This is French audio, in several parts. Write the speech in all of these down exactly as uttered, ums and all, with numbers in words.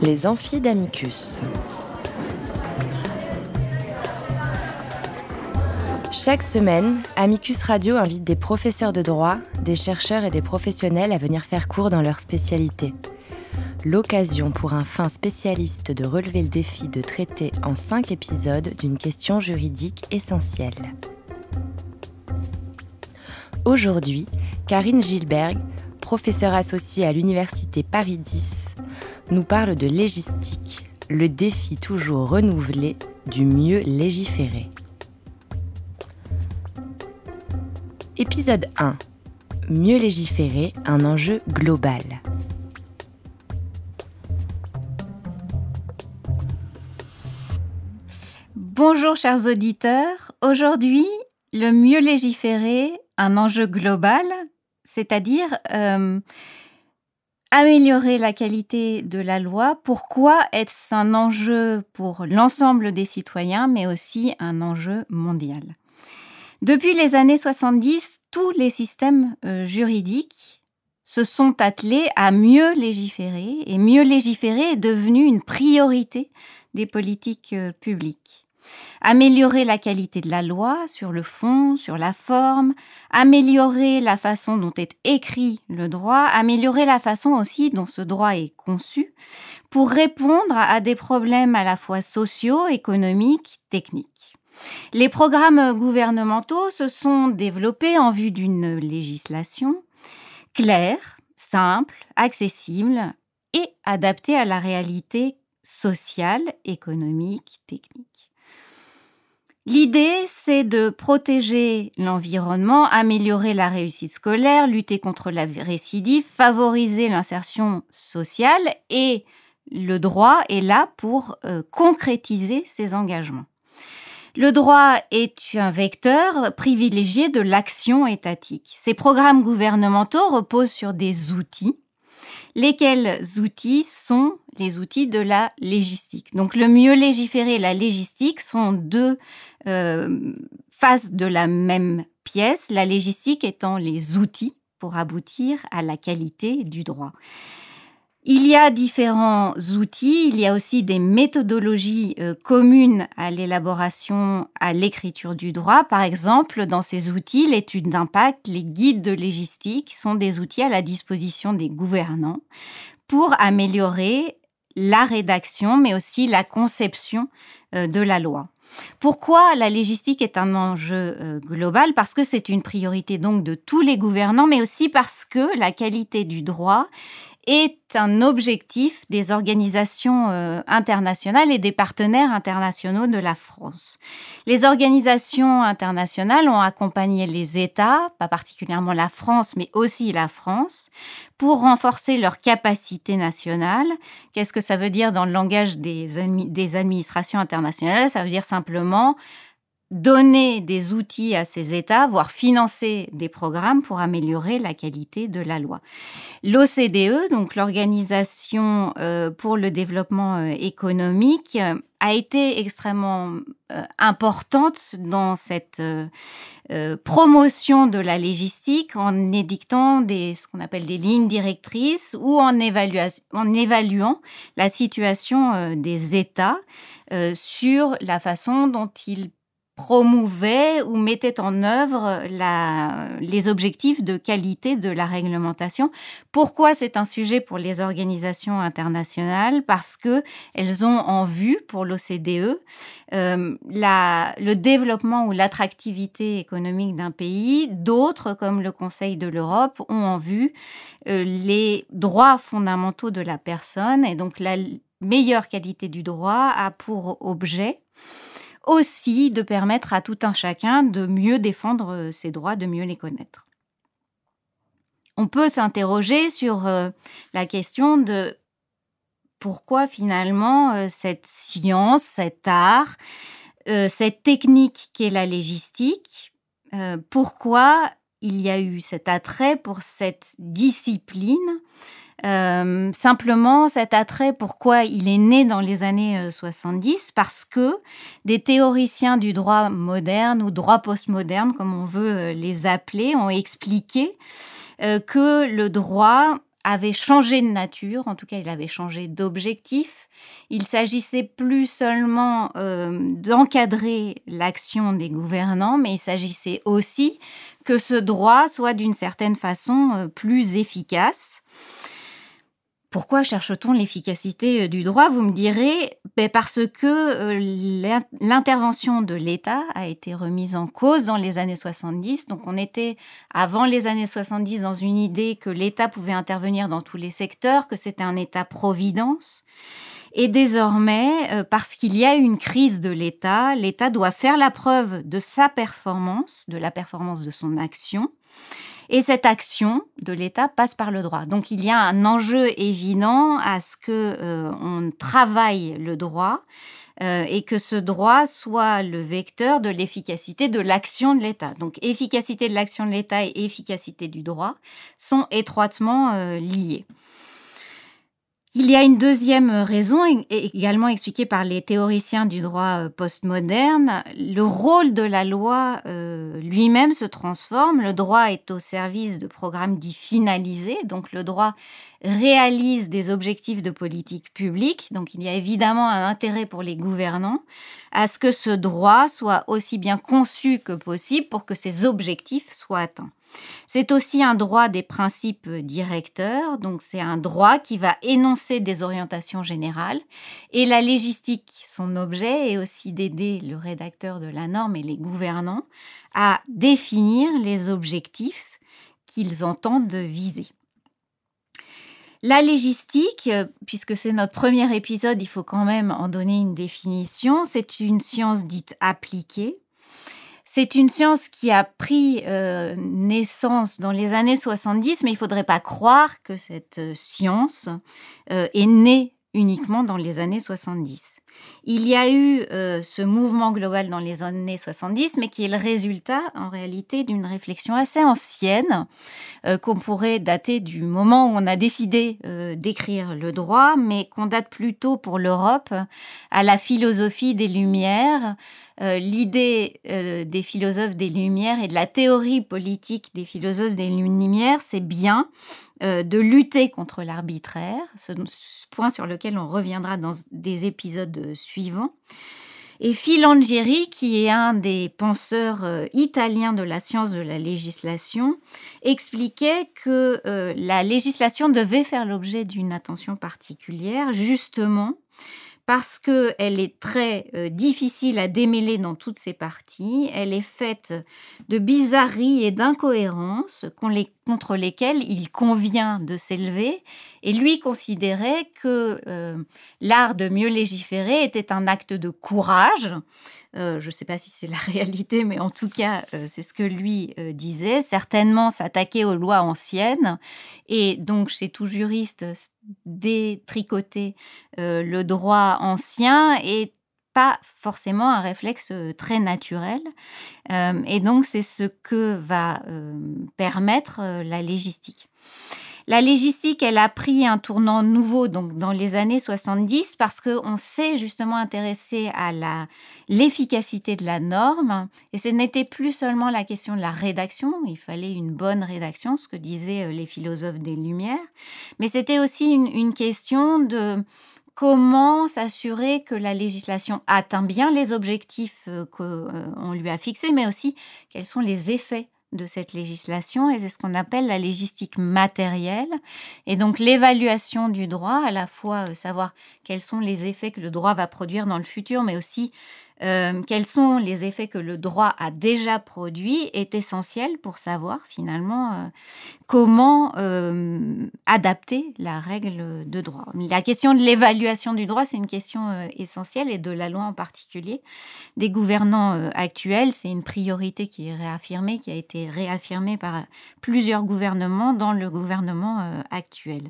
Les amphis d'Amicus. Chaque semaine, Amicus Radio invite des professeurs de droit, des chercheurs et des professionnels à venir faire cours dans leur spécialité. L'occasion pour un fin spécialiste de relever le défi de traiter en cinq épisodes d'une question juridique essentielle. Aujourd'hui, Karine Gilberg, professeure associée à l'Université Paris dix, nous parle de légistique, le défi toujours renouvelé du mieux légiférer. Épisode un. Mieux légiférer, un enjeu global. Bonjour chers auditeurs, aujourd'hui, le mieux légiférer, un enjeu global, c'est-à-dire euh, améliorer la qualité de la loi. Pourquoi est-ce un enjeu pour l'ensemble des citoyens, mais aussi un enjeu mondial ? Depuis les années soixante-dix, tous les systèmes euh, juridiques se sont attelés à mieux légiférer, et mieux légiférer est devenu une priorité des politiques euh, publiques. Améliorer la qualité de la loi sur le fond, sur la forme, améliorer la façon dont est écrit le droit, améliorer la façon aussi dont ce droit est conçu pour répondre à des problèmes à la fois sociaux, économiques, techniques. Les programmes gouvernementaux se sont développés en vue d'une législation claire, simple, accessible et adaptée à la réalité sociale, économique, technique. L'idée, c'est de protéger l'environnement, améliorer la réussite scolaire, lutter contre la récidive, favoriser l'insertion sociale et le droit est là pour euh, concrétiser ces engagements. Le droit est un vecteur privilégié de l'action étatique. Ces programmes gouvernementaux reposent sur des outils. Lesquels outils sont les outils de la légistique. Donc le mieux légiférer et la légistique sont deux euh, faces de la même pièce, la légistique étant les outils pour aboutir à la qualité du droit. Il y a différents outils, il y a aussi des méthodologies euh, communes à l'élaboration, à l'écriture du droit. Par exemple, dans ces outils, l'étude d'impact, les guides de légistique sont des outils à la disposition des gouvernants pour améliorer la rédaction, mais aussi la conception euh, de la loi. Pourquoi la légistique est un enjeu euh, global ? Parce que c'est une priorité donc de tous les gouvernants, mais aussi parce que la qualité du droit est un objectif des organisations euh, internationales et des partenaires internationaux de la France. Les organisations internationales ont accompagné les États, pas particulièrement la France, mais aussi la France, pour renforcer leur capacité nationale. Qu'est-ce que ça veut dire dans le langage des, admi- des administrations internationales ? Ça veut dire simplement donner des outils à ces États, voire financer des programmes pour améliorer la qualité de la loi. L'O C D E, donc l'Organisation euh, pour le développement euh, économique, euh, a été extrêmement euh, importante dans cette euh, euh, promotion de la légistique en édictant des, ce qu'on appelle des lignes directrices ou en, évalua- en évaluant la situation euh, des États euh, sur la façon dont ils promouvait ou mettait en œuvre la, les objectifs de qualité de la réglementation. Pourquoi c'est un sujet pour les organisations internationales ? Parce qu'elles ont en vue, pour l'O C D E, euh, la, le développement ou l'attractivité économique d'un pays. D'autres, comme le Conseil de l'Europe, ont en vue euh, les droits fondamentaux de la personne. Et donc, la meilleure qualité du droit a pour objet aussi de permettre à tout un chacun de mieux défendre ses droits, de mieux les connaître. On peut s'interroger sur euh, la question de pourquoi finalement euh, cette science, cet art, euh, cette technique qu'est la légistique, euh, pourquoi il y a eu cet attrait pour cette discipline. Euh, simplement, cet attrait, pourquoi il est né dans les années soixante-dix ? Parce que des théoriciens du droit moderne ou droit postmoderne, comme on veut les appeler, ont expliqué euh, que le droit avait changé de nature, en tout cas il avait changé d'objectif. Il s'agissait plus seulement euh, d'encadrer l'action des gouvernants, mais il s'agissait aussi que ce droit soit d'une certaine façon euh, plus efficace. Pourquoi cherche-t-on l'efficacité du droit ? Vous me direz, ben parce que euh, l'intervention de l'État a été remise en cause dans les années soixante-dix. Donc on était, avant les années soixante-dix, dans une idée que l'État pouvait intervenir dans tous les secteurs, que c'était un État-providence. Et désormais, euh, parce qu'il y a une crise de l'État, l'État doit faire la preuve de sa performance, de la performance de son action. Et cette action de l'État passe par le droit. Donc il y a un enjeu évident à ce que euh, on travaille le droit euh, et que ce droit soit le vecteur de l'efficacité de l'action de l'État. Donc efficacité de l'action de l'État et efficacité du droit sont étroitement euh, liées. Il y a une deuxième raison, également expliquée par les théoriciens du droit postmoderne. Le rôle de la loi euh, lui-même se transforme. Le droit est au service de programmes dits finalisés. Donc le droit réalise des objectifs de politique publique. Donc il y a évidemment un intérêt pour les gouvernants à ce que ce droit soit aussi bien conçu que possible pour que ces objectifs soient atteints. C'est aussi un droit des principes directeurs, donc c'est un droit qui va énoncer des orientations générales. Et la légistique, son objet est aussi d'aider le rédacteur de la norme et les gouvernants à définir les objectifs qu'ils entendent viser. La légistique, puisque c'est notre premier épisode, il faut quand même en donner une définition, c'est une science dite appliquée. C'est une science qui a pris euh, naissance dans les années soixante-dix, mais il ne faudrait pas croire que cette science euh, est née uniquement dans les années soixante-dix. Il y a eu euh, ce mouvement global dans les années soixante-dix, mais qui est le résultat, en réalité, d'une réflexion assez ancienne, euh, qu'on pourrait dater du moment où on a décidé euh, d'écrire le droit, mais qu'on date plutôt pour l'Europe à la philosophie des Lumières. Euh, l'idée euh, des philosophes des Lumières et de la théorie politique des philosophes des Lumières, c'est bien euh, de lutter contre l'arbitraire, ce, ce point sur lequel on reviendra dans des épisodes suivants. Et Filangieri, qui est un des penseurs euh, italiens de la science de la législation, expliquait que euh, la législation devait faire l'objet d'une attention particulière, justement parce qu'elle est très euh, difficile à démêler dans toutes ses parties. Elle est faite de bizarreries et d'incohérences les, contre lesquelles il convient de s'élever. Et lui considérait que euh, l'art de mieux légiférer était un acte de courage. Euh, je ne sais pas si c'est la réalité, mais en tout cas, euh, c'est ce que lui euh, disait. Certainement s'attaquer aux lois anciennes et donc, chez tout juriste, détricoter euh, le droit ancien est pas forcément un réflexe très naturel. Euh, et donc, c'est ce que va euh, permettre euh, la légistique. La légistique, elle a pris un tournant nouveau donc dans les années soixante-dix parce qu'on s'est justement intéressé à la, l'efficacité de la norme et ce n'était plus seulement la question de la rédaction, il fallait une bonne rédaction, ce que disaient les philosophes des Lumières, mais c'était aussi une, une question de comment s'assurer que la législation atteint bien les objectifs qu'on lui a fixés, mais aussi quels sont les effets de cette législation, et c'est ce qu'on appelle la légistique matérielle. Et donc l'évaluation du droit, à la fois euh, savoir quels sont les effets que le droit va produire dans le futur, mais aussi euh, quels sont les effets que le droit a déjà produits, est essentiel pour savoir finalement euh, comment euh, adapter la règle de droit. La question de l'évaluation du droit, c'est une question euh, essentielle, et de la loi en particulier. Des gouvernants euh, actuels, c'est une priorité qui est réaffirmée, qui a été réaffirmée par plusieurs gouvernements dans le gouvernement euh, actuel.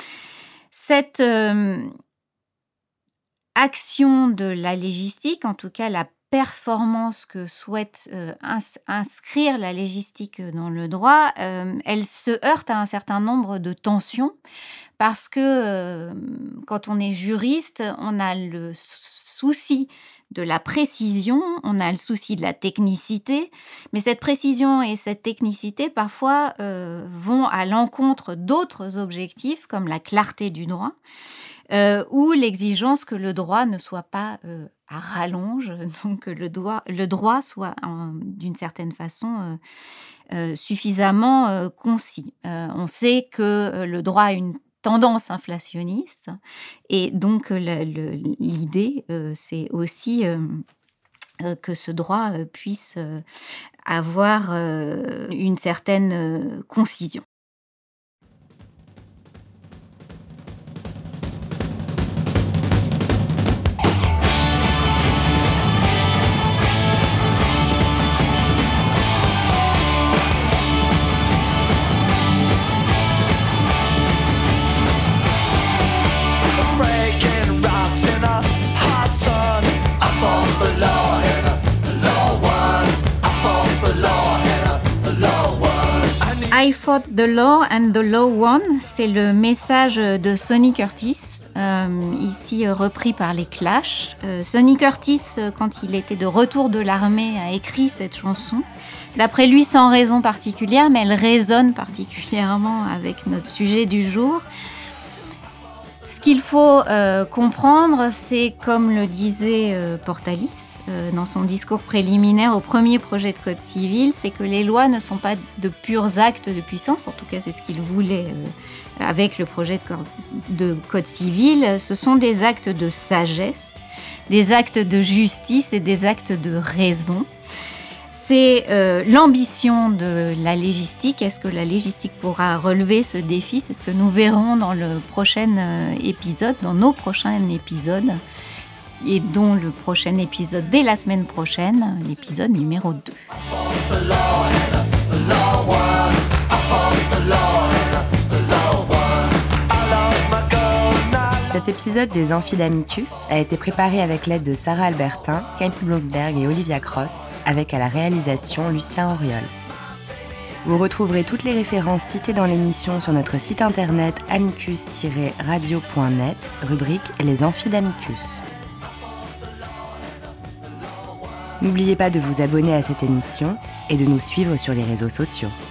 Cette euh, action de la légistique, en tout cas la performance que souhaite euh, ins- inscrire la légistique dans le droit, euh, elle se heurte à un certain nombre de tensions parce que euh, quand on est juriste, on a le souci de la précision, on a le souci de la technicité, mais cette précision et cette technicité, parfois, euh, vont à l'encontre d'autres objectifs, comme la clarté du droit, euh, ou l'exigence que le droit ne soit pas euh, à rallonge, donc que le, droit, le droit soit, en, d'une certaine façon, euh, euh, suffisamment euh, concis. Euh, on sait que euh, le droit a une tendance inflationniste. Et donc, le, le, l'idée, euh, c'est aussi euh, euh, que ce droit euh, puisse euh, avoir euh, une certaine euh, concision. I fought the law and the law won, c'est le message de Sonny Curtis, euh, ici euh, repris par les Clash. Euh, Sonny Curtis, euh, quand il était de retour de l'armée, a écrit cette chanson. D'après lui, sans raison particulière, mais elle résonne particulièrement avec notre sujet du jour. Ce qu'il faut euh, comprendre, c'est, comme le disait euh, Portalis, dans son discours préliminaire au premier projet de code civil, c'est que les lois ne sont pas de purs actes de puissance, en tout cas c'est ce qu'il voulait euh, avec le projet de code, de code civil, ce sont des actes de sagesse, des actes de justice et des actes de raison. C'est euh, l'ambition de la légistique. Est-ce que la légistique pourra relever ce défi ? C'est ce que nous verrons dans le prochain euh, épisode, dans nos prochains épisodes, et dont le prochain épisode dès la semaine prochaine, l'épisode numéro deux. Cet épisode des Amphidamicus a été préparé avec l'aide de Sarah Albertin, Camille Blomberg et Olivia Cross, avec à la réalisation Lucien Auriol. Vous retrouverez toutes les références citées dans l'émission sur notre site internet amicus tiret radio point net, rubrique Les Amphidamicus. N'oubliez pas de vous abonner à cette émission et de nous suivre sur les réseaux sociaux.